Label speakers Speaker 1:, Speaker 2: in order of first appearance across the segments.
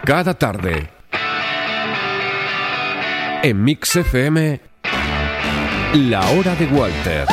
Speaker 1: Cada tarde, en Mix FM, La Hora de Walter.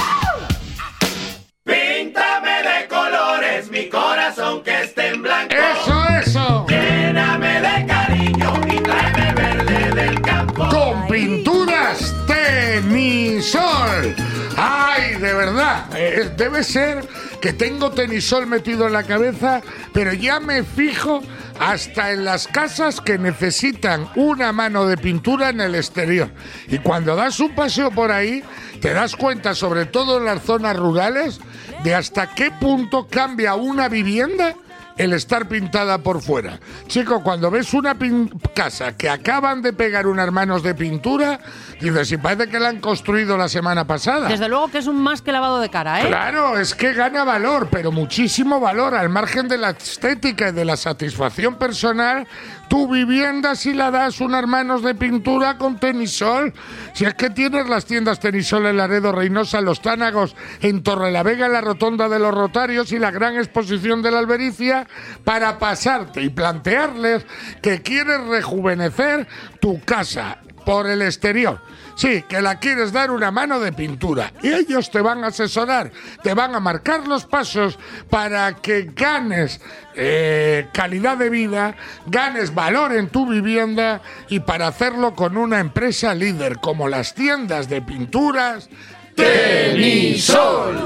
Speaker 2: Píntame de colores mi corazón que esté en blanco.
Speaker 3: ¡Eso!
Speaker 2: Lléname de cariño y tráeme verde del campo.
Speaker 3: Con pinturas Tenisol. ¡Ay, de verdad! Debe ser que tengo Tenisol metido en la cabeza, pero ya me fijo hasta en las casas que necesitan una mano de pintura en el exterior. Y cuando das un paseo por ahí, te das cuenta, sobre todo en las zonas rurales, de hasta qué punto cambia una vivienda el estar pintada por fuera. Chico, cuando ves una casa que acaban de pegar unas manos de pintura, dices, si parece que la han construido la semana pasada.
Speaker 4: Desde luego que es un más que lavado de cara, ¿eh?
Speaker 3: Claro, es que gana valor, pero muchísimo valor, al margen de la estética y de la satisfacción personal. Tu vivienda, si la das unas manos de pintura con Tenisol. Si es que tienes las tiendas Tenisol en Laredo, Reynosa, Los Tánagos, en Torrelavega, en la Rotonda de los Rotarios y la gran exposición de la Albericia, para pasarte y plantearles que quieres rejuvenecer tu casa por el exterior. Sí, que la quieres dar una mano de pintura. Y ellos te van a asesorar, te van a marcar los pasos para que ganes calidad de vida, ganes valor en tu vivienda, y para hacerlo con una empresa líder como las tiendas de pinturas Tenisol.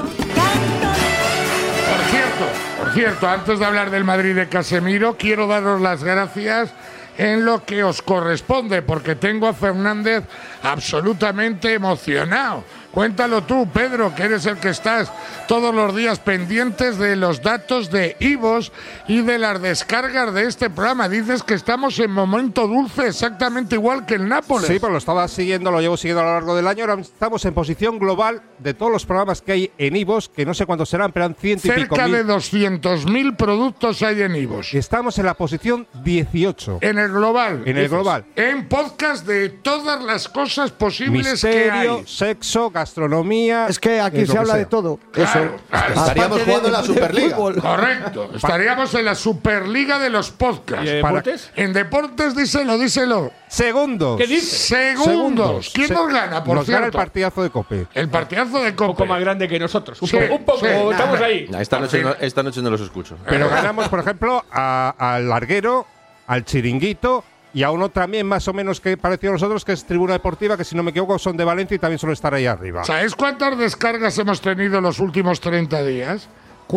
Speaker 3: Por cierto, antes de hablar del Madrid de Casemiro, quiero daros las gracias en lo que os corresponde, porque tengo a Fernández absolutamente emocionado. Cuéntalo tú, Pedro, que eres el que estás todos los días pendientes de los datos de iVoox y de las descargas de este programa. Dices que estamos en momento dulce, exactamente igual que el Nápoles.
Speaker 5: Sí, pues lo llevo siguiendo a lo largo del año. Ahora estamos en posición global de todos los programas que hay en iVoox, que no sé cuántos serán, pero eran 100 y pico
Speaker 3: Cerca
Speaker 5: mil.
Speaker 3: de 200.000 productos hay en iVoox.
Speaker 5: Estamos en la posición 18.
Speaker 3: En el global.
Speaker 5: En el global.
Speaker 3: En podcast de todas las cosas posibles
Speaker 5: Misterio,
Speaker 3: que hay.
Speaker 5: Sexo, gastronomía.
Speaker 6: Es que aquí se habla de todo.
Speaker 3: Claro, claro.
Speaker 7: Estaríamos jugando en la Superliga.
Speaker 3: Correcto. Estaríamos en la Superliga de los podcasts.
Speaker 8: ¿Y de deportes?
Speaker 3: En deportes, díselo.
Speaker 5: Segundos.
Speaker 8: ¿Qué dices?
Speaker 3: Segundos. ¿Quién nos gana, por
Speaker 5: Nos
Speaker 3: cierto?
Speaker 5: gana el partidazo de COPE.
Speaker 3: El partidazo de
Speaker 8: Un poco
Speaker 3: Cope.
Speaker 8: más grande que nosotros. Un
Speaker 3: Sí,
Speaker 8: poco.
Speaker 3: sí.
Speaker 8: Estamos ahí.
Speaker 7: Esta noche no los escucho.
Speaker 5: Pero ganamos, por ejemplo, al Larguero, al Chiringuito y a uno también más o menos que pareció a nosotros, que es Tribuna Deportiva, que si no me equivoco son de Valencia y también suele estar ahí arriba.
Speaker 3: ¿Sabéis cuántas descargas hemos tenido los últimos 30 días?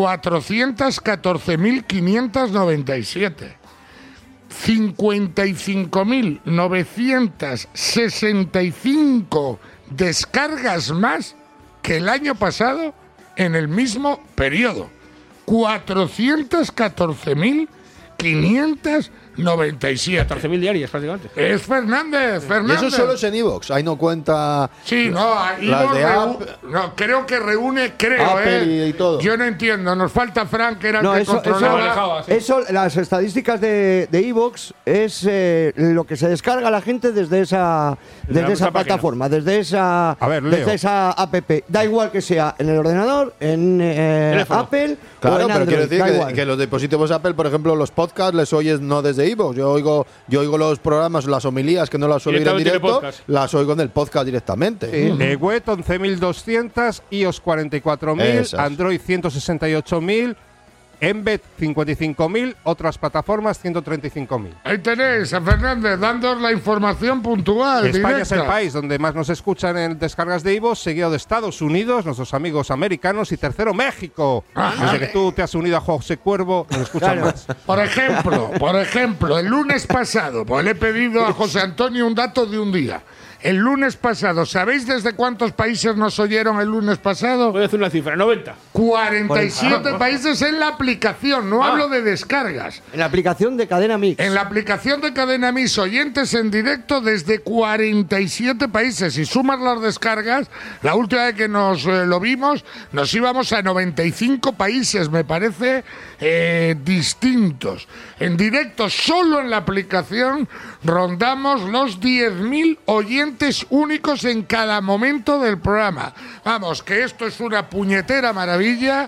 Speaker 3: 414.597. 55.965 descargas más que el año pasado en el mismo periodo. 414.597.
Speaker 8: 14.000 diarias prácticamente.
Speaker 3: Es Fernández.
Speaker 7: Y eso solo es en iVoox. Ahí no cuenta.
Speaker 3: Sí, no,
Speaker 7: Las de
Speaker 3: no, creo que reúne,
Speaker 7: Apple y todo.
Speaker 3: Yo no entiendo, nos falta Frank, que era el que
Speaker 6: eso,
Speaker 3: controlaba.
Speaker 6: las estadísticas de iVoox es lo que se descarga la gente desde esa plataforma, desde esa app. Da igual que sea en el ordenador, en Apple
Speaker 7: Claro,
Speaker 6: o en
Speaker 7: pero
Speaker 6: Android.
Speaker 7: quiero decir
Speaker 6: da
Speaker 7: que
Speaker 6: igual.
Speaker 7: los dispositivos Apple, por ejemplo, los podcasts les oyes no desde iVoox. Yo oigo los programas, las homilías que no las suelo ir en
Speaker 8: Directamente
Speaker 7: directo,
Speaker 8: en el podcast.
Speaker 7: las oigo en el podcast directamente.
Speaker 5: Web 11.200, iOS 44.000,
Speaker 7: Esas.
Speaker 5: Android 168.000, Embed 55.000, otras plataformas 135.000.
Speaker 3: Ahí tenéis a Fernández dándoos la información puntual.
Speaker 5: España
Speaker 3: directa.
Speaker 5: es el país donde más nos escuchan en descargas de iVoox, seguido de Estados Unidos, nuestros amigos americanos, y tercero México.
Speaker 3: Ajá.
Speaker 5: Desde que tú te has unido a José Cuervo, nos escuchan más.
Speaker 3: Por ejemplo, el lunes pasado, pues le he pedido a José Antonio un dato de un día. El lunes pasado, ¿sabéis desde cuántos países nos oyeron el lunes pasado?
Speaker 8: Voy a decir una cifra, 90.
Speaker 3: 47 países en la aplicación, no hablo de descargas.
Speaker 6: En la aplicación de Cadena Mix.
Speaker 3: En la aplicación de Cadena Mix, oyentes en directo desde 47 países. Si sumas las descargas, la última vez que nos lo vimos, nos íbamos a 95 países, me parece, distintos. En directo, solo en la aplicación, rondamos los 10.000 oyentes únicos en cada momento del programa. Vamos, que esto es una puñetera maravilla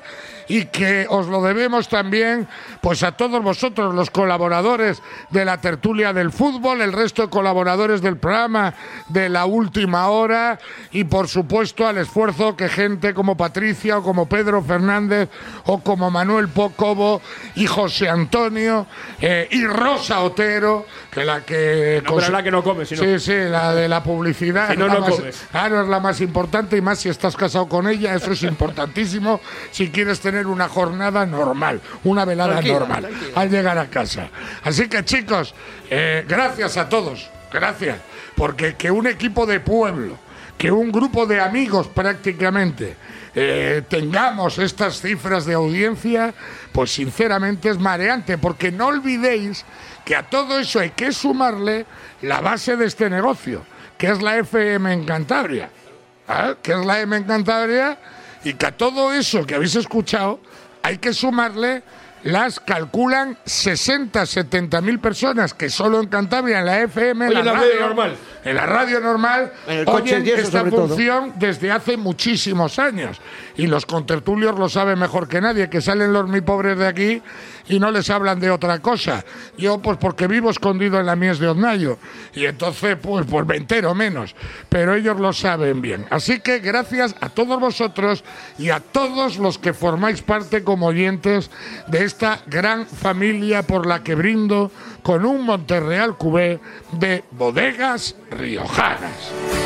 Speaker 3: y que os lo debemos también pues a todos vosotros, los colaboradores de la tertulia del fútbol, el resto de colaboradores del programa de La Última Hora y por supuesto al esfuerzo que gente como Patricia o como Pedro Fernández o como Manuel Pocobo y José Antonio y Rosa Otero, que la que...
Speaker 8: No, pero la que no come, si no.
Speaker 3: Sí, la de la publicidad.
Speaker 8: Si no, no comes.
Speaker 3: Claro, es la más importante y más si estás casado con ella, eso es importantísimo si quieres tener una jornada normal, una velada normal al llegar a casa. Así que chicos, gracias a todos, gracias, porque que un equipo de pueblo, que un grupo de amigos prácticamente tengamos estas cifras de audiencia, pues sinceramente es mareante, porque no olvidéis que a todo eso hay que sumarle la base de este negocio, que es la FM en Cantabria, que es la FM en Cantabria, y que a todo eso que habéis escuchado hay que sumarle las calculan 70.000 personas que solo en Cantabria, en la FM, en la radio normal, oyen esta función desde hace muchísimos años. Y los contertulios lo saben mejor que nadie, que salen los muy pobres de aquí y no les hablan de otra cosa. Yo, pues porque vivo escondido en la mies de Oznayo, y entonces, pues me entero menos. Pero ellos lo saben bien. Así que gracias a todos vosotros y a todos los que formáis parte como oyentes de esta gran familia por la que brindo con un Monterreal Cubé de Bodegas Riojanas.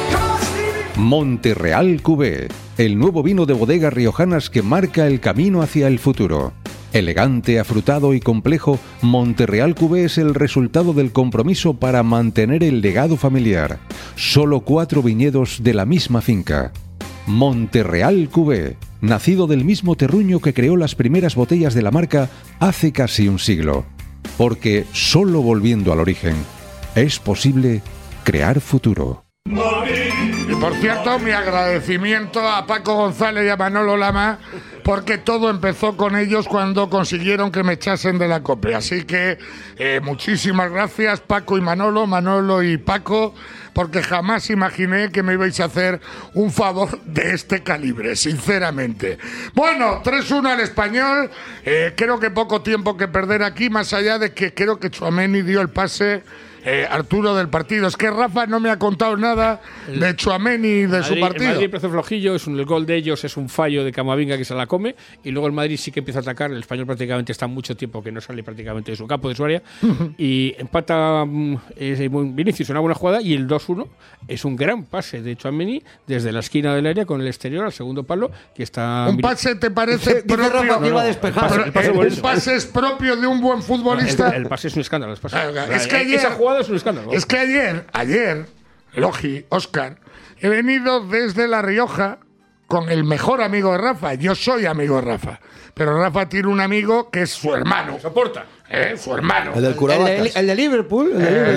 Speaker 1: Monterreal Cubé, el nuevo vino de bodegas riojanas que marca el camino hacia el futuro. Elegante, afrutado y complejo, Monterreal Cubé es el resultado del compromiso para mantener el legado familiar. Solo 4 viñedos de la misma finca. Monterreal Cubé, nacido del mismo terruño que creó las primeras botellas de la marca hace casi un siglo. Porque solo volviendo al origen es posible crear futuro.
Speaker 3: Y por cierto, mi agradecimiento a Paco González y a Manolo Lama, porque todo empezó con ellos cuando consiguieron que me echasen de la COPE. Así que muchísimas gracias, Paco y Manolo y Paco, porque jamás imaginé que me ibais a hacer un favor de este calibre, sinceramente. Bueno, 3-1 al Español. Creo que poco tiempo que perder aquí, más allá de que creo que Tchouaméni dio el pase, Arturo, del partido. Es que Rafa no me ha contado nada de Tchouaméni y de su partido.
Speaker 8: El Madrid empezó flojillo, el gol de ellos es un fallo de Camavinga que se la come, y luego el Madrid sí que empieza a atacar. El Español prácticamente está mucho tiempo que no sale prácticamente de su campo, de su área, y empata Vinicius, una buena jugada, y el 2-1 es un gran pase de Tchouaméni desde la esquina del área con el exterior al segundo palo, que está...
Speaker 3: ¿Un pase te parece propio?
Speaker 6: Rafa que iba a despejar.
Speaker 3: ¿El pase es propio de un buen futbolista?
Speaker 8: El pase es un escándalo.
Speaker 3: Es que
Speaker 8: esa jugada es un escándalo.
Speaker 3: Es que ayer, Logi, Óscar, he venido desde La Rioja con el mejor amigo de Rafa. Yo soy amigo de Rafa, pero Rafa tiene un amigo que es su hermano.
Speaker 8: Soporta.
Speaker 3: Su hermano.
Speaker 7: El del Curavacas.
Speaker 6: El de Liverpool.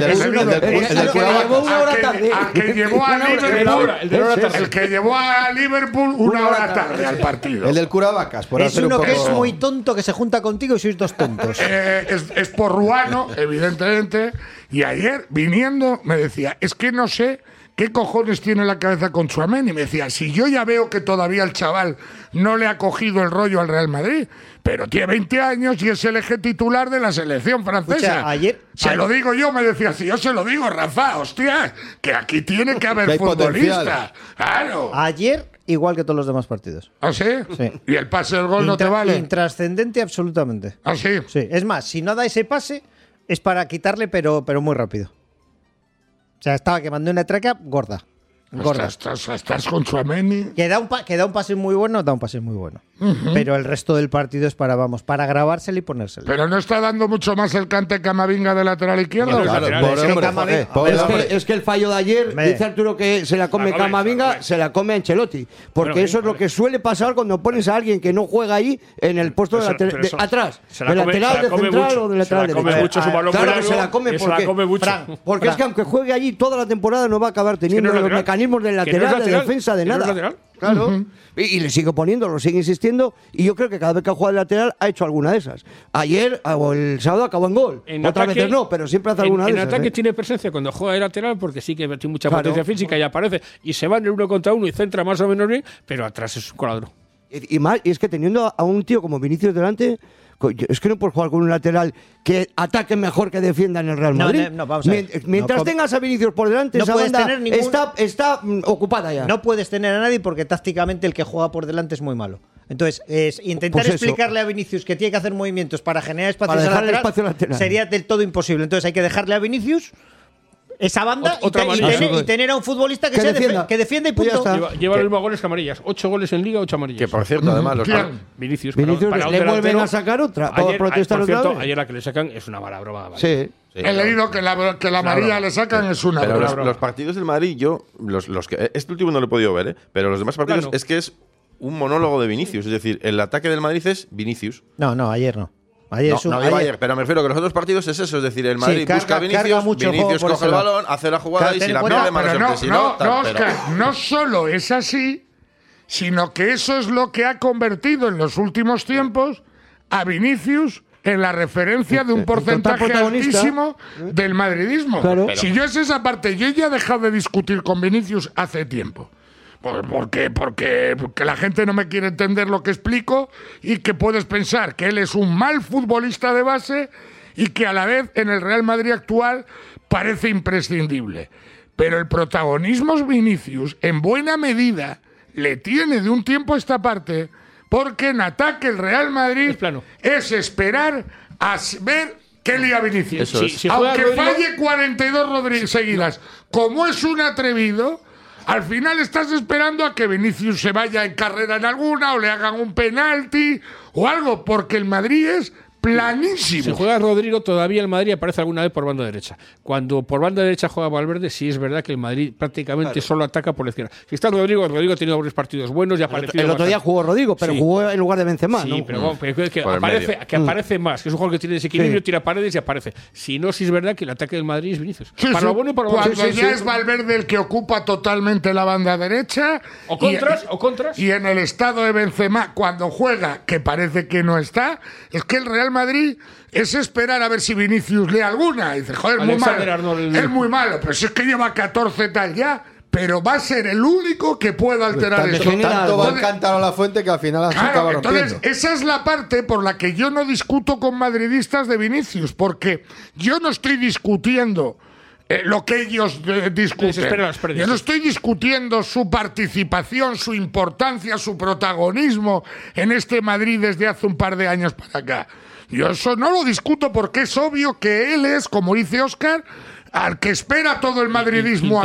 Speaker 7: El
Speaker 6: que llevó una hora tarde.
Speaker 3: El que llevó a Liverpool una hora tarde al partido.
Speaker 7: El del Curavacas. Por
Speaker 9: es
Speaker 7: hacer
Speaker 9: uno
Speaker 7: un poco...
Speaker 9: que es muy tonto, que se junta contigo y sois dos tontos.
Speaker 3: Es porruano, evidentemente. Y ayer, viniendo, me decía, es que no sé qué cojones tiene la cabeza con Tchouaméni. Me decía, si yo ya veo que todavía el chaval no le ha cogido el rollo al Real Madrid, pero tiene 20 años y es el eje titular de la selección francesa.
Speaker 9: Escucha,
Speaker 3: lo digo yo, me decía, si yo se lo digo, Rafa, hostia, que aquí tiene que haber futbolista. Claro.
Speaker 9: Ayer, igual que todos los demás partidos.
Speaker 3: ¿Ah, sí?
Speaker 9: Sí.
Speaker 3: ¿Y el pase del gol no te vale?
Speaker 9: Intrascendente absolutamente.
Speaker 3: ¿Ah, sí?
Speaker 9: Sí. Es más, si no da ese pase, es para quitarle, pero muy rápido. O sea, estaba quemando una traca gorda.
Speaker 3: Estás con Tchouaméni.
Speaker 9: Que da un pase muy bueno, Pero el resto del partido es para grabárselo y ponérselo.
Speaker 3: Pero no está dando mucho más el cante Camavinga de lateral izquierdo.
Speaker 6: Es que el fallo de ayer, dice Arturo que se la come Camavinga, se la come Ancelotti. Porque eso es lo que suele pasar cuando pones a alguien que no juega ahí en el puesto de atrás. De lateral, de central o de lateral derecho. Claro que se la come porque es que aunque juegue allí toda la temporada no va a acabar teniendo los mecanismos del lateral, de defensa, de nada. Claro. Y le sigue poniendo, lo sigue insistiendo, y yo creo que cada vez que ha jugado de lateral ha hecho alguna de esas. Ayer o el sábado acabó en gol. Otra vez no, pero siempre hace alguna de esas.
Speaker 8: En ataque tiene presencia cuando juega de lateral, porque sí que tiene mucha potencia física y aparece y se va en el 1 contra 1 y centra más o menos bien, pero atrás es un coladro.
Speaker 6: Y es que teniendo a un tío como Vinicius delante, es que no puedes jugar con un lateral que ataque mejor que defienda en el Real Madrid.
Speaker 9: No, vamos a ver.
Speaker 6: Mientras tengas a Vinicius por delante, esa banda está ocupada ya.
Speaker 9: No puedes tener a nadie porque tácticamente el que juega por delante es muy malo. Entonces, intentar explicarle a Vinicius que tiene que hacer movimientos para generar espacios
Speaker 6: espacio lateral
Speaker 9: sería del todo imposible. Entonces hay que dejarle a Vinicius esa banda y tener a un futbolista que defienda y punto.
Speaker 8: Lleva los mismos goles que amarillas. 8 goles en Liga, 8 amarillas.
Speaker 10: Que por cierto, además,
Speaker 8: Vinicius
Speaker 6: le vuelven a sacar otra.
Speaker 8: Ayer la que le sacan es una mala broma.
Speaker 6: ¿Vale? Sí.
Speaker 3: He leído que la amarilla le sacan es una broma.
Speaker 10: Los partidos del Madrid, este último no lo he podido ver, pero los demás partidos es que es un monólogo de Vinicius. Es decir, el ataque del Madrid es Vinicius.
Speaker 9: No, ayer no.
Speaker 10: Ayer, pero me refiero que los otros partidos es eso, es decir, el Madrid busca a Vinicius, Vinicius coge el balón, hace la jugada y si la pierde mala suerte.
Speaker 3: No solo es así, sino que eso es lo que ha convertido en los últimos tiempos a Vinicius en la referencia de un porcentaje altísimo del madridismo.
Speaker 6: Claro.
Speaker 3: Si yo es esa parte, yo ya he dejado de discutir con Vinicius hace tiempo. Porque la gente no me quiere entender lo que explico y que puedes pensar que él es un mal futbolista de base y que a la vez en el Real Madrid actual parece imprescindible. Pero el protagonismo es Vinicius, en buena medida, le tiene de un tiempo a esta parte, porque en ataque el Real Madrid es esperar a ver qué lía Vinicius. Aunque falle 42 seguidas, como es un atrevido, al final estás esperando a que Vinicius se vaya en carrera en alguna o le hagan un penalti o algo, porque el Madrid es planísimo.
Speaker 8: Si juega Rodrigo, todavía el Madrid aparece alguna vez por banda derecha. Cuando por banda derecha juega Valverde, sí es verdad que el Madrid prácticamente solo ataca por la izquierda. Si está Rodrigo ha tenido varios partidos buenos y ha aparecido.
Speaker 6: El otro día jugó Rodrigo, pero jugó en lugar de Benzema, ¿no?
Speaker 8: Sí, pero aparece más, que es un jugador que tiene desequilibrio, tira paredes y aparece. Si no, sí es verdad que el ataque del Madrid es Vinicius.
Speaker 3: Para lo bueno y para lo malo. Cuando ya es Valverde el que ocupa totalmente la banda derecha.
Speaker 8: O contras.
Speaker 3: Y en el estado de Benzema, cuando juega, que parece que no está, es que el Real Madrid es esperar a ver si Vinicius lee alguna. Y dice, joder, es muy malo, pero si es que lleva 14 tal ya. Pero va a ser el único que pueda alterar esto.
Speaker 7: Tanto va a cantar a la fuente que al final se acaba rompiendo.
Speaker 3: Entonces, esa es la parte por la que yo no discuto con madridistas de Vinicius, porque yo no estoy discutiendo lo que ellos discuten. Yo no estoy discutiendo su participación, su importancia, su protagonismo en este Madrid desde hace un par de años para acá. Yo eso no lo discuto porque es obvio que él es, como dice Óscar, al que espera todo el madridismo.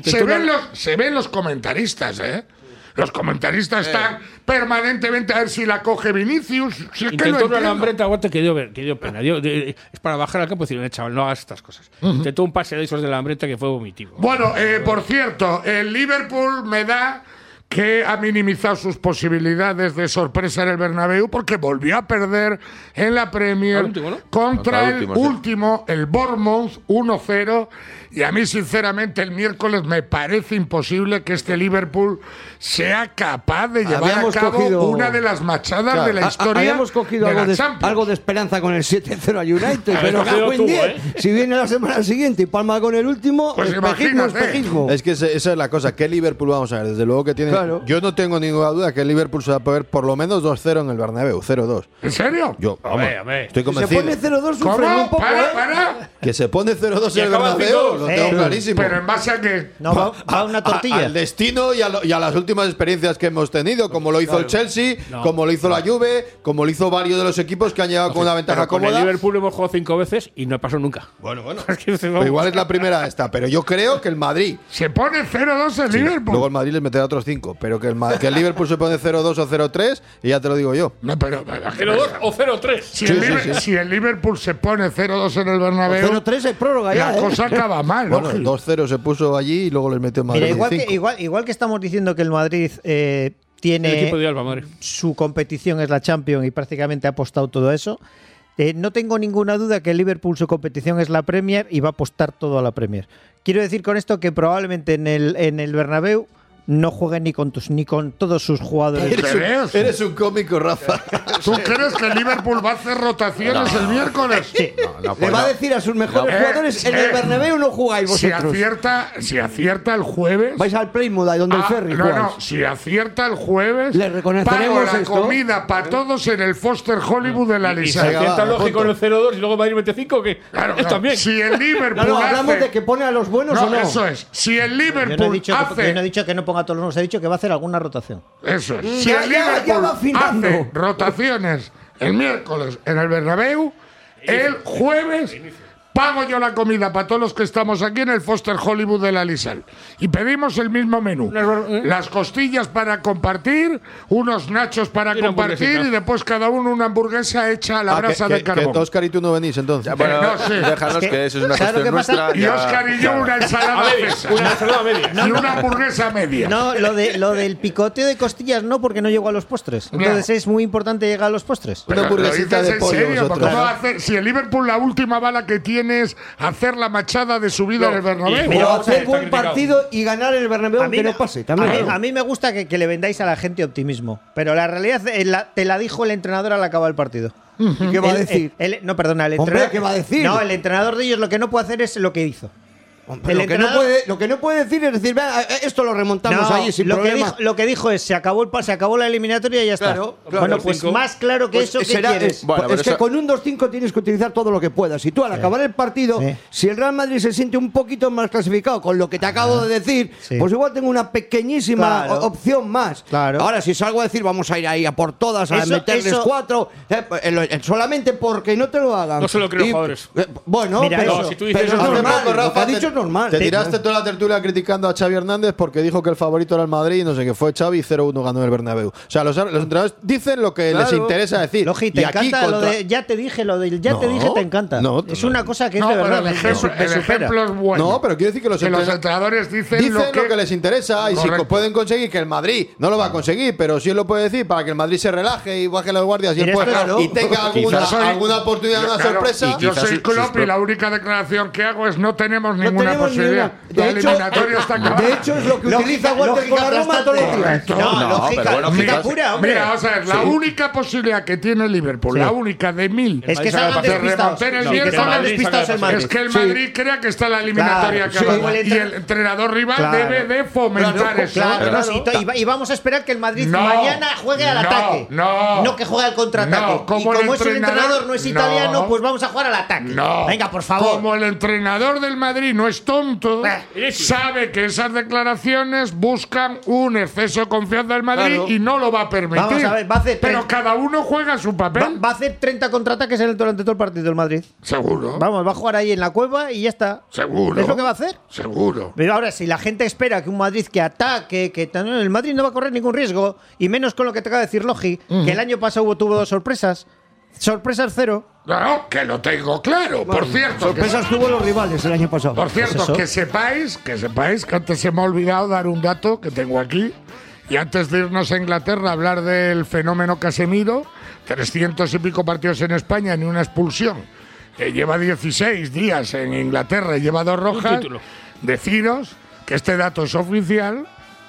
Speaker 3: Se ven los comentaristas, ¿eh? Los comentaristas están permanentemente a ver si la coge Vinicius. Si es
Speaker 8: intentó una lambreta, aguante, que dio pena. Es para bajar al campo y decirle, chaval, no hagas estas cosas. Intentó un pase de esos de lambreta que fue vomitivo.
Speaker 3: Bueno, por cierto, el Liverpool me da que ha minimizado sus posibilidades de sorpresa en el Bernabéu porque volvió a perder en la Premier contra el último, el Bournemouth, 1-0. Y a mí, sinceramente, el miércoles me parece imposible que este Liverpool sea capaz de llevar a cabo una de las machadas de la historia.
Speaker 6: Habíamos cogido algo de esperanza con el 7-0 a United, pero si viene la semana siguiente y palma con el último,
Speaker 3: pues
Speaker 6: espejismo.
Speaker 7: Es que esa es la cosa. ¿Qué Liverpool vamos a ver? Desde luego que tiene. Claro. Yo no tengo ninguna duda que el Liverpool se va a poder por lo menos 2-0 en el Bernabéu, 0-2.
Speaker 3: ¿En serio?
Speaker 7: Yo, estoy convencido.
Speaker 6: Se pone 0-2, sufre un poco.
Speaker 7: Que se pone 0-2 en el Bernabéu. Lo tengo clarísimo.
Speaker 3: Pero en base a qué?
Speaker 9: No, va una tortilla.
Speaker 7: Al destino y a las últimas experiencias que hemos tenido, como lo hizo el Chelsea, como lo hizo la Juve, como lo hizo varios de los equipos que han llegado con una ventaja cómoda.
Speaker 8: Con el Liverpool hemos jugado 5 veces y no ha pasado nunca.
Speaker 7: Bueno. Pero igual es la primera esta, pero yo creo que el Madrid
Speaker 3: se pone 0-2 el Liverpool.
Speaker 7: Luego el Madrid les meterá otros 5, pero que el Liverpool se pone 0-2 o 0-3 y ya te lo digo yo.
Speaker 3: No, pero
Speaker 8: 0-2 o 0-3.
Speaker 3: Si el Liverpool se pone 0-2 en el Bernabéu,
Speaker 6: 0-3 es prórroga ya.
Speaker 3: La cosa acaba mal.
Speaker 7: Bueno, 2-0 se puso allí y luego les metió Madrid.
Speaker 9: Mira, igual que estamos diciendo que el Madrid tiene
Speaker 8: el equipo de Alba Madrid.
Speaker 9: Su competición es la Champions y prácticamente ha apostado todo eso. No tengo ninguna duda que el Liverpool su competición es la Premier y va a apostar todo a la Premier. Quiero decir con esto que probablemente en el Bernabéu no juegue ni con todos sus jugadores.
Speaker 7: Eres un cómico, Rafa.
Speaker 3: ¿Tú crees que el Liverpool va a hacer rotaciones el miércoles?
Speaker 9: Sí.
Speaker 6: Le va a decir a sus mejores jugadores, en el Bernabéu no jugáis vosotros.
Speaker 3: Si acierta el jueves...
Speaker 6: Vais al Plymouth, ahí donde el Ferry jugáis.
Speaker 3: Si acierta el jueves,
Speaker 6: le reconoceremos
Speaker 3: pago la
Speaker 6: esto.
Speaker 3: comida para todos en el Foster Hollywood de la
Speaker 8: Y si
Speaker 3: Lisa.
Speaker 8: acierta lógico en el 0-2 y luego Madrid mete 5, ¿qué?
Speaker 3: Claro,
Speaker 8: También.
Speaker 3: Si el Liverpool
Speaker 6: hablamos de que pone a los buenos o no.
Speaker 3: Eso es. Si el Liverpool
Speaker 9: Yo no he
Speaker 3: hace...
Speaker 9: dicho que no ponga a todos los nuevos, he dicho que va a hacer alguna rotación.
Speaker 3: Eso es. Si
Speaker 6: Ya,
Speaker 3: el
Speaker 6: ya va
Speaker 3: Liverpool
Speaker 6: afinando.
Speaker 3: hace rotaciones el miércoles en el Bernabéu, el jueves pago yo la comida para todos los que estamos aquí en el Foster Hollywood de la Lisal. Y pedimos el mismo menú. Las costillas para compartir, unos nachos para compartir y después cada uno una hamburguesa hecha a la brasa de carbón.
Speaker 7: Que Óscar y tú no venís entonces.
Speaker 10: Bueno,
Speaker 3: no sé.
Speaker 10: déjanos que eso es una cuestión nuestra.
Speaker 3: Y Óscar y yo una ensalada César.
Speaker 8: Una ensalada media.
Speaker 3: Y una hamburguesa media.
Speaker 9: No, lo del picoteo de costillas no, porque no llego a los postres. Entonces es muy importante llegar a los postres.
Speaker 7: Una hamburguesita de
Speaker 3: en
Speaker 7: pollo
Speaker 3: serio,
Speaker 7: vosotros.
Speaker 3: ¿cómo va a hacer? Si el Liverpool la última bala que tiene es hacer la machada de su vida en el Bernabéu.
Speaker 6: Pero hacer buen partido y ganar el Bernabéu, que no pase.
Speaker 9: A mí me gusta que le vendáis a la gente optimismo, pero la realidad te la dijo el entrenador al acabar el partido.
Speaker 6: ¿Y qué va a decir?
Speaker 9: No, perdona, el
Speaker 6: Hombre,
Speaker 9: entrenador.
Speaker 6: ¿qué va a decir?
Speaker 9: No, el entrenador de ellos lo que no puede hacer es lo que hizo.
Speaker 6: Lo que no puede decir es decir, "Venga, esto lo remontamos allí sin problema".
Speaker 9: Lo que dijo es se acabó la eliminatoria y ya está.
Speaker 6: Claro,
Speaker 9: bueno, pues más claro que eso, ¿qué quieres?
Speaker 6: Es que con un 2-5 tienes que utilizar todo lo que puedas. Y tú al acabar el partido, si el Real Madrid se siente un poquito más clasificado con lo que te acabo de decir, pues igual tengo una pequeñísima opción más.
Speaker 9: Claro.
Speaker 6: Ahora, si salgo a decir vamos a ir ahí a por todas, a meterles 4, solamente porque no te lo hagan.
Speaker 8: No se lo creo, jugadores.
Speaker 6: Bueno,
Speaker 9: Mira,
Speaker 6: pero,
Speaker 8: si tú dices
Speaker 6: pero es
Speaker 8: eso,
Speaker 6: normal.
Speaker 7: Rafa,
Speaker 6: Lo que ha dicho es normal.
Speaker 7: Te tiraste toda la tertulia criticando a Xavi Hernández porque dijo que el favorito era el Madrid y no sé qué fue Xavi y 0-1 ganó el Bernabéu. O sea, los entrenadores dicen lo que les interesa decir.
Speaker 9: Logi, te encanta lo de ya te dije, te encanta. Es una cosa que es de verdad.
Speaker 3: El ejemplo es bueno.
Speaker 7: No, pero quiero decir que los
Speaker 3: entrenadores dicen
Speaker 7: lo que les interesa y si pueden conseguir que el Madrid no lo va a conseguir, pero sí lo puede decir para que el Madrid se relaje y baje las guardias y tenga alguna oportunidad, una sorpresa.
Speaker 3: Yo soy Klopp y la única declaración que hago es no tenemos ninguna posibilidad. La eliminatoria está acabada.
Speaker 6: De hecho, es lo que utiliza Walter con la Roma todos los días.
Speaker 9: Lógica pura, hombre.
Speaker 3: Mira, vamos a ver, la única posibilidad que tiene el Liverpool, la única de 1000
Speaker 9: es que salgan despistados.
Speaker 3: Es que el Madrid crea que está la eliminatoria acabada. Y el entrenador rival debe de fomentar eso.
Speaker 9: Y vamos a esperar que el Madrid mañana juegue al ataque. No que juegue al contraataque. Y como es el entrenador no es italiano, pues vamos a jugar al ataque. Venga, por favor.
Speaker 3: Como el entrenador del Madrid no es tonto, sabe que esas declaraciones buscan un exceso de confianza del Madrid y no lo va a permitir.
Speaker 9: Vamos a ver, pero
Speaker 3: cada uno juega su papel.
Speaker 9: Va a hacer 30 contraataques durante todo el partido el Madrid.
Speaker 3: Seguro.
Speaker 9: Vamos, va a jugar ahí en la cueva y ya está.
Speaker 3: Seguro.
Speaker 9: ¿Es lo que va a hacer?
Speaker 3: Seguro.
Speaker 9: Pero ahora, si la gente espera que un Madrid que ataque, el Madrid no va a correr ningún riesgo, y menos con lo que te acaba de decir Logi, que el año pasado tuvo 2 sorpresas. Sorpresas 0.
Speaker 3: No, que lo tengo claro. Por cierto.
Speaker 6: Sorpresas tuvo los rivales el año pasado.
Speaker 3: Por cierto, que sepáis que antes se me ha olvidado dar un dato que tengo aquí. Y antes de irnos a Inglaterra a hablar del fenómeno Casemiro, 300 y pico partidos en España, ni una expulsión. Lleva 16 días en Inglaterra y lleva 2 rojas. Deciros que este dato es oficial,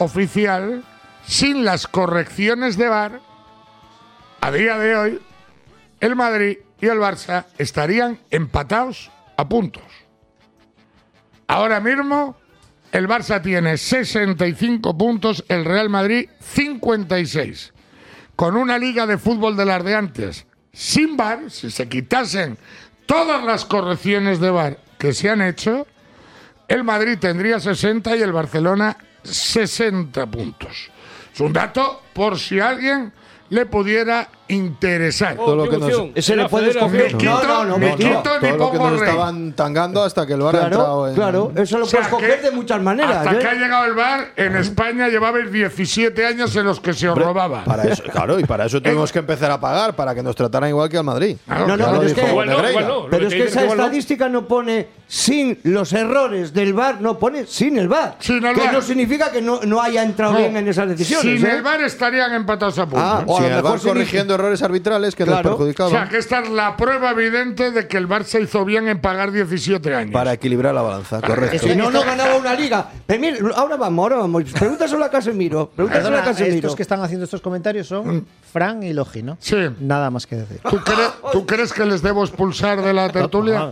Speaker 3: sin las correcciones de VAR. A día de hoy, el Madrid y el Barça estarían empatados a puntos. Ahora mismo, el Barça tiene 65 puntos, el Real Madrid 56. Con una liga de fútbol de las de antes, sin VAR, si se quitasen todas las correcciones de VAR que se han hecho, el Madrid tendría 60 y el Barcelona 60 puntos. Es un dato por si alguien le pudiera interesar.
Speaker 7: Todo lo que
Speaker 6: ese le puedes coger.
Speaker 3: Me quito ni
Speaker 7: todo lo que
Speaker 3: pongo
Speaker 7: nos
Speaker 3: rey.
Speaker 7: estaban tangando hasta que el VAR ha entrado en...
Speaker 6: Claro, eso lo puedes coger de muchas maneras.
Speaker 3: Hasta que ha llegado el VAR, en España llevabais 17 años en los que se os robaba.
Speaker 7: Para eso, claro, y para eso tuvimos que empezar a pagar, para que nos trataran igual que al Madrid.
Speaker 6: Pero es que esa estadística no pone sin los errores del VAR, no pone sin el VAR. Que no significa que no haya entrado bien en esas decisiones.
Speaker 3: Sin el VAR estarían empatados a puntos.
Speaker 7: Si el VAR corrigiendo errores arbitrales que les perjudicaban.
Speaker 3: O sea, que esta es la prueba evidente de que el Barça hizo bien en pagar 17 años.
Speaker 7: Para equilibrar la balanza, correcto.
Speaker 6: Si no ganaba una liga. Pero mira, ahora vamos. Pregúntaselo a Casemiro.
Speaker 9: Estos que están haciendo estos comentarios son Fran y Logi, ¿no?
Speaker 3: Sí.
Speaker 9: Nada más que decir.
Speaker 3: ¿Tú crees que les debo expulsar de la tertulia?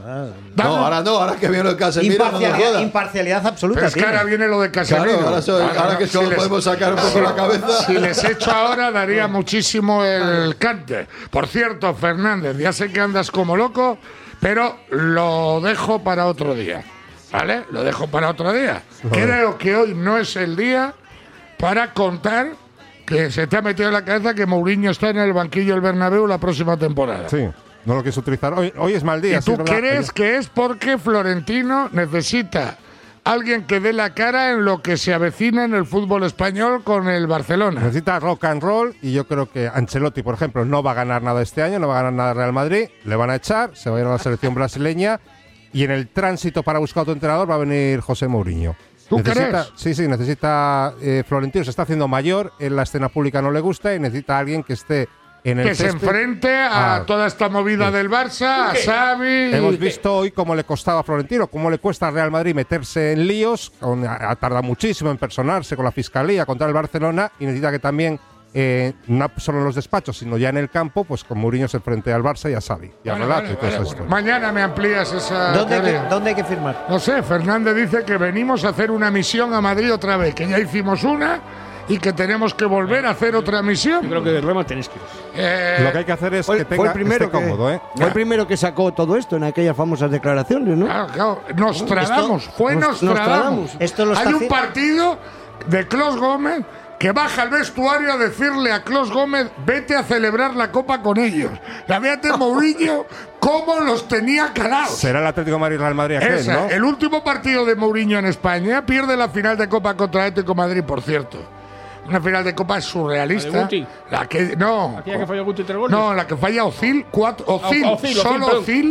Speaker 7: Ahora que viene el Casemiro.
Speaker 9: Imparcialidad absoluta.
Speaker 3: Pero es que ahora viene lo de Casemiro.
Speaker 7: Claro, ahora que solo podemos sacar un poco la cabeza.
Speaker 3: Si les echo ahora, daría muchísimo el cante. Por cierto, Fernández, ya sé que andas como loco, pero lo dejo para otro día. ¿Vale? Lo dejo para otro día. Creo que hoy no es el día para contar que se te ha metido en la cabeza que Mourinho está en el banquillo del Bernabéu la próxima temporada.
Speaker 5: Sí, no lo quieres utilizar. Hoy es mal día.
Speaker 3: ¿Y tú crees que es porque Florentino necesita alguien que dé la cara en lo que se avecina en el fútbol español con el Barcelona?
Speaker 5: Necesita rock and roll y yo creo que Ancelotti, por ejemplo, no va a ganar nada este año, no va a ganar nada Real Madrid, le van a echar, se va a ir a la selección brasileña y en el tránsito para buscar otro entrenador va a venir José Mourinho.
Speaker 3: ¿Tú crees?
Speaker 5: Sí, necesita Florentino, se está haciendo mayor, en la escena pública no le gusta y necesita a alguien que esté en el
Speaker 3: que se enfrente a toda esta movida del Barça, a Xavi.
Speaker 5: Hemos visto hoy cómo le costaba a Florentino, cómo le cuesta al Real Madrid meterse en líos, ha tardado muchísimo en personarse con la Fiscalía contra el Barcelona y necesita que también no solo en los despachos, sino ya en el campo, pues con Mourinho se enfrente al Barça y a Xavi. Y a Relato y todo esto.
Speaker 3: Mañana me amplías esa.
Speaker 9: ¿Dónde hay que firmar?
Speaker 3: No sé, Fernández dice que venimos a hacer una misión a Madrid otra vez, que ya hicimos una y que tenemos que volver a hacer otra misión.
Speaker 8: Yo creo que de Roma tenéis que ir.
Speaker 5: Lo que hay que hacer es que esté cómodo,
Speaker 6: Fue el primero que sacó todo esto en aquellas famosas declaraciones, ¿no?
Speaker 3: Claro. Nostradamus. Nostradamus. Hay un partido de Klos Gómez que baja al vestuario a decirle a Klos Gómez, vete a celebrar la Copa con ellos. La véate Mourinho cómo los tenía calados.
Speaker 5: Será el Atlético de Madrid Real Madrid aquel, ¿no?
Speaker 3: El último partido de Mourinho en España pierde la final de Copa contra el Atlético de Madrid, por cierto. Una final de Copa surrealista.
Speaker 8: ¿Aquella que falla Guti 3 goles?
Speaker 3: No, la que falla Ozil, Ozil,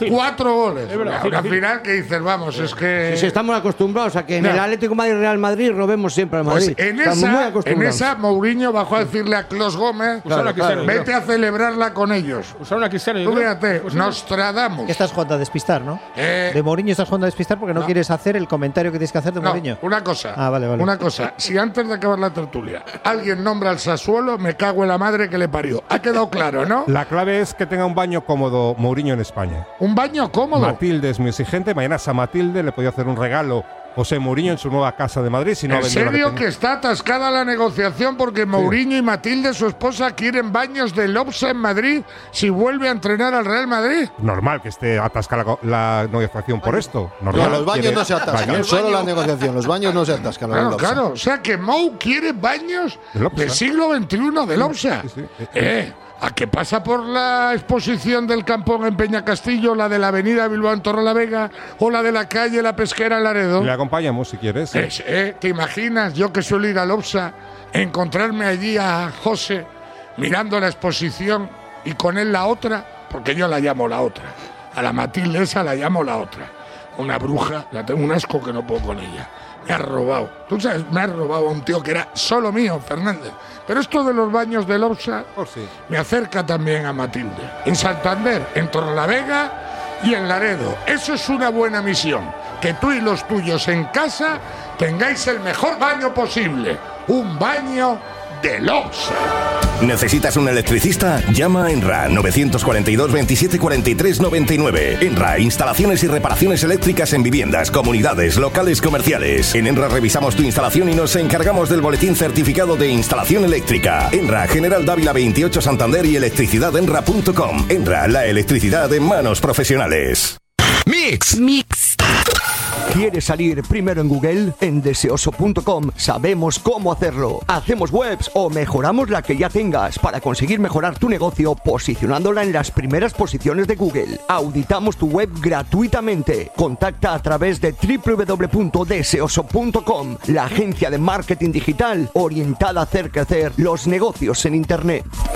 Speaker 3: 4 goles. Es verdad, una final que dices, vamos, es que.
Speaker 6: Si estamos acostumbrados a que en el Atlético de Madrid Real Madrid robemos siempre al Madrid.
Speaker 3: Pues en esa Mourinho bajó a decirle a Klos Gómez, vete a celebrarla con ellos.
Speaker 8: Usaron a Cristiano.
Speaker 3: Tú fíjate, Nostradamus.
Speaker 9: Que estás jugando a despistar, ¿no? De Mourinho estás jugando a despistar porque no quieres hacer el comentario que tienes que hacer de Mourinho.
Speaker 3: Una cosa.
Speaker 9: Vale.
Speaker 3: Una cosa. Si antes de acabar la tertulia alguien nombra al Sassuolo, me cago en la madre que le parió. Ha quedado claro, ¿no?
Speaker 5: La clave es que tenga un baño cómodo Mourinho en España.
Speaker 3: ¿Un baño cómodo?
Speaker 5: Matilde es muy exigente. Mañana San Matilde le podía hacer un regalo José Mourinho en su nueva casa de Madrid. Si no
Speaker 3: ¿En serio que está atascada la negociación porque Mourinho y Matilde, su esposa, quieren baños de Lopsa en Madrid si vuelve a entrenar al Real Madrid?
Speaker 5: Normal que esté atascada la negociación por esto. Normal.
Speaker 7: No, los baños no se atascan, solo la negociación. Los baños no se atascan.
Speaker 3: Claro. O sea que Mou quiere baños del siglo XXI de Lopsa. Sí. ¿A qué pasa por la exposición del Campón en Peñacastillo, la de la avenida Bilbao en Torrelavega o la de la calle La Pesquera en Laredo?
Speaker 5: Le acompañamos si quieres.
Speaker 3: ¿Te imaginas, yo que suelo ir a Lopsa, encontrarme allí a José mirando la exposición y con él la otra? Porque yo la llamo la otra. A la Matilde esa la llamo la otra. Una bruja, la tengo un asco que no puedo con ella. Me ha robado. Tú sabes, me ha robado a un tío que era solo mío, Fernández. Pero esto de los baños de Lopsa me acerca también a Matilde. En Santander, en Torrelavega y en Laredo. Eso es una buena misión. Que tú y los tuyos en casa tengáis el mejor baño posible. Un baño de Lopsa.
Speaker 11: ¿Necesitas un electricista? Llama a Enra 942 27 43 99. Enra, instalaciones y reparaciones eléctricas en viviendas, comunidades, locales comerciales. En Enra revisamos tu instalación y nos encargamos del boletín certificado de instalación eléctrica. Enra, General Dávila 28 Santander y electricidadenra.com. Enra, la electricidad en manos profesionales.
Speaker 12: Mix.
Speaker 6: ¿Quieres salir primero en Google? En Deseoso.com sabemos cómo hacerlo. Hacemos webs o mejoramos la que ya tengas para conseguir mejorar tu negocio posicionándola en las primeras posiciones de Google. Auditamos tu web gratuitamente. Contacta a través de www.deseoso.com, la agencia de marketing digital orientada a hacer crecer los negocios en Internet.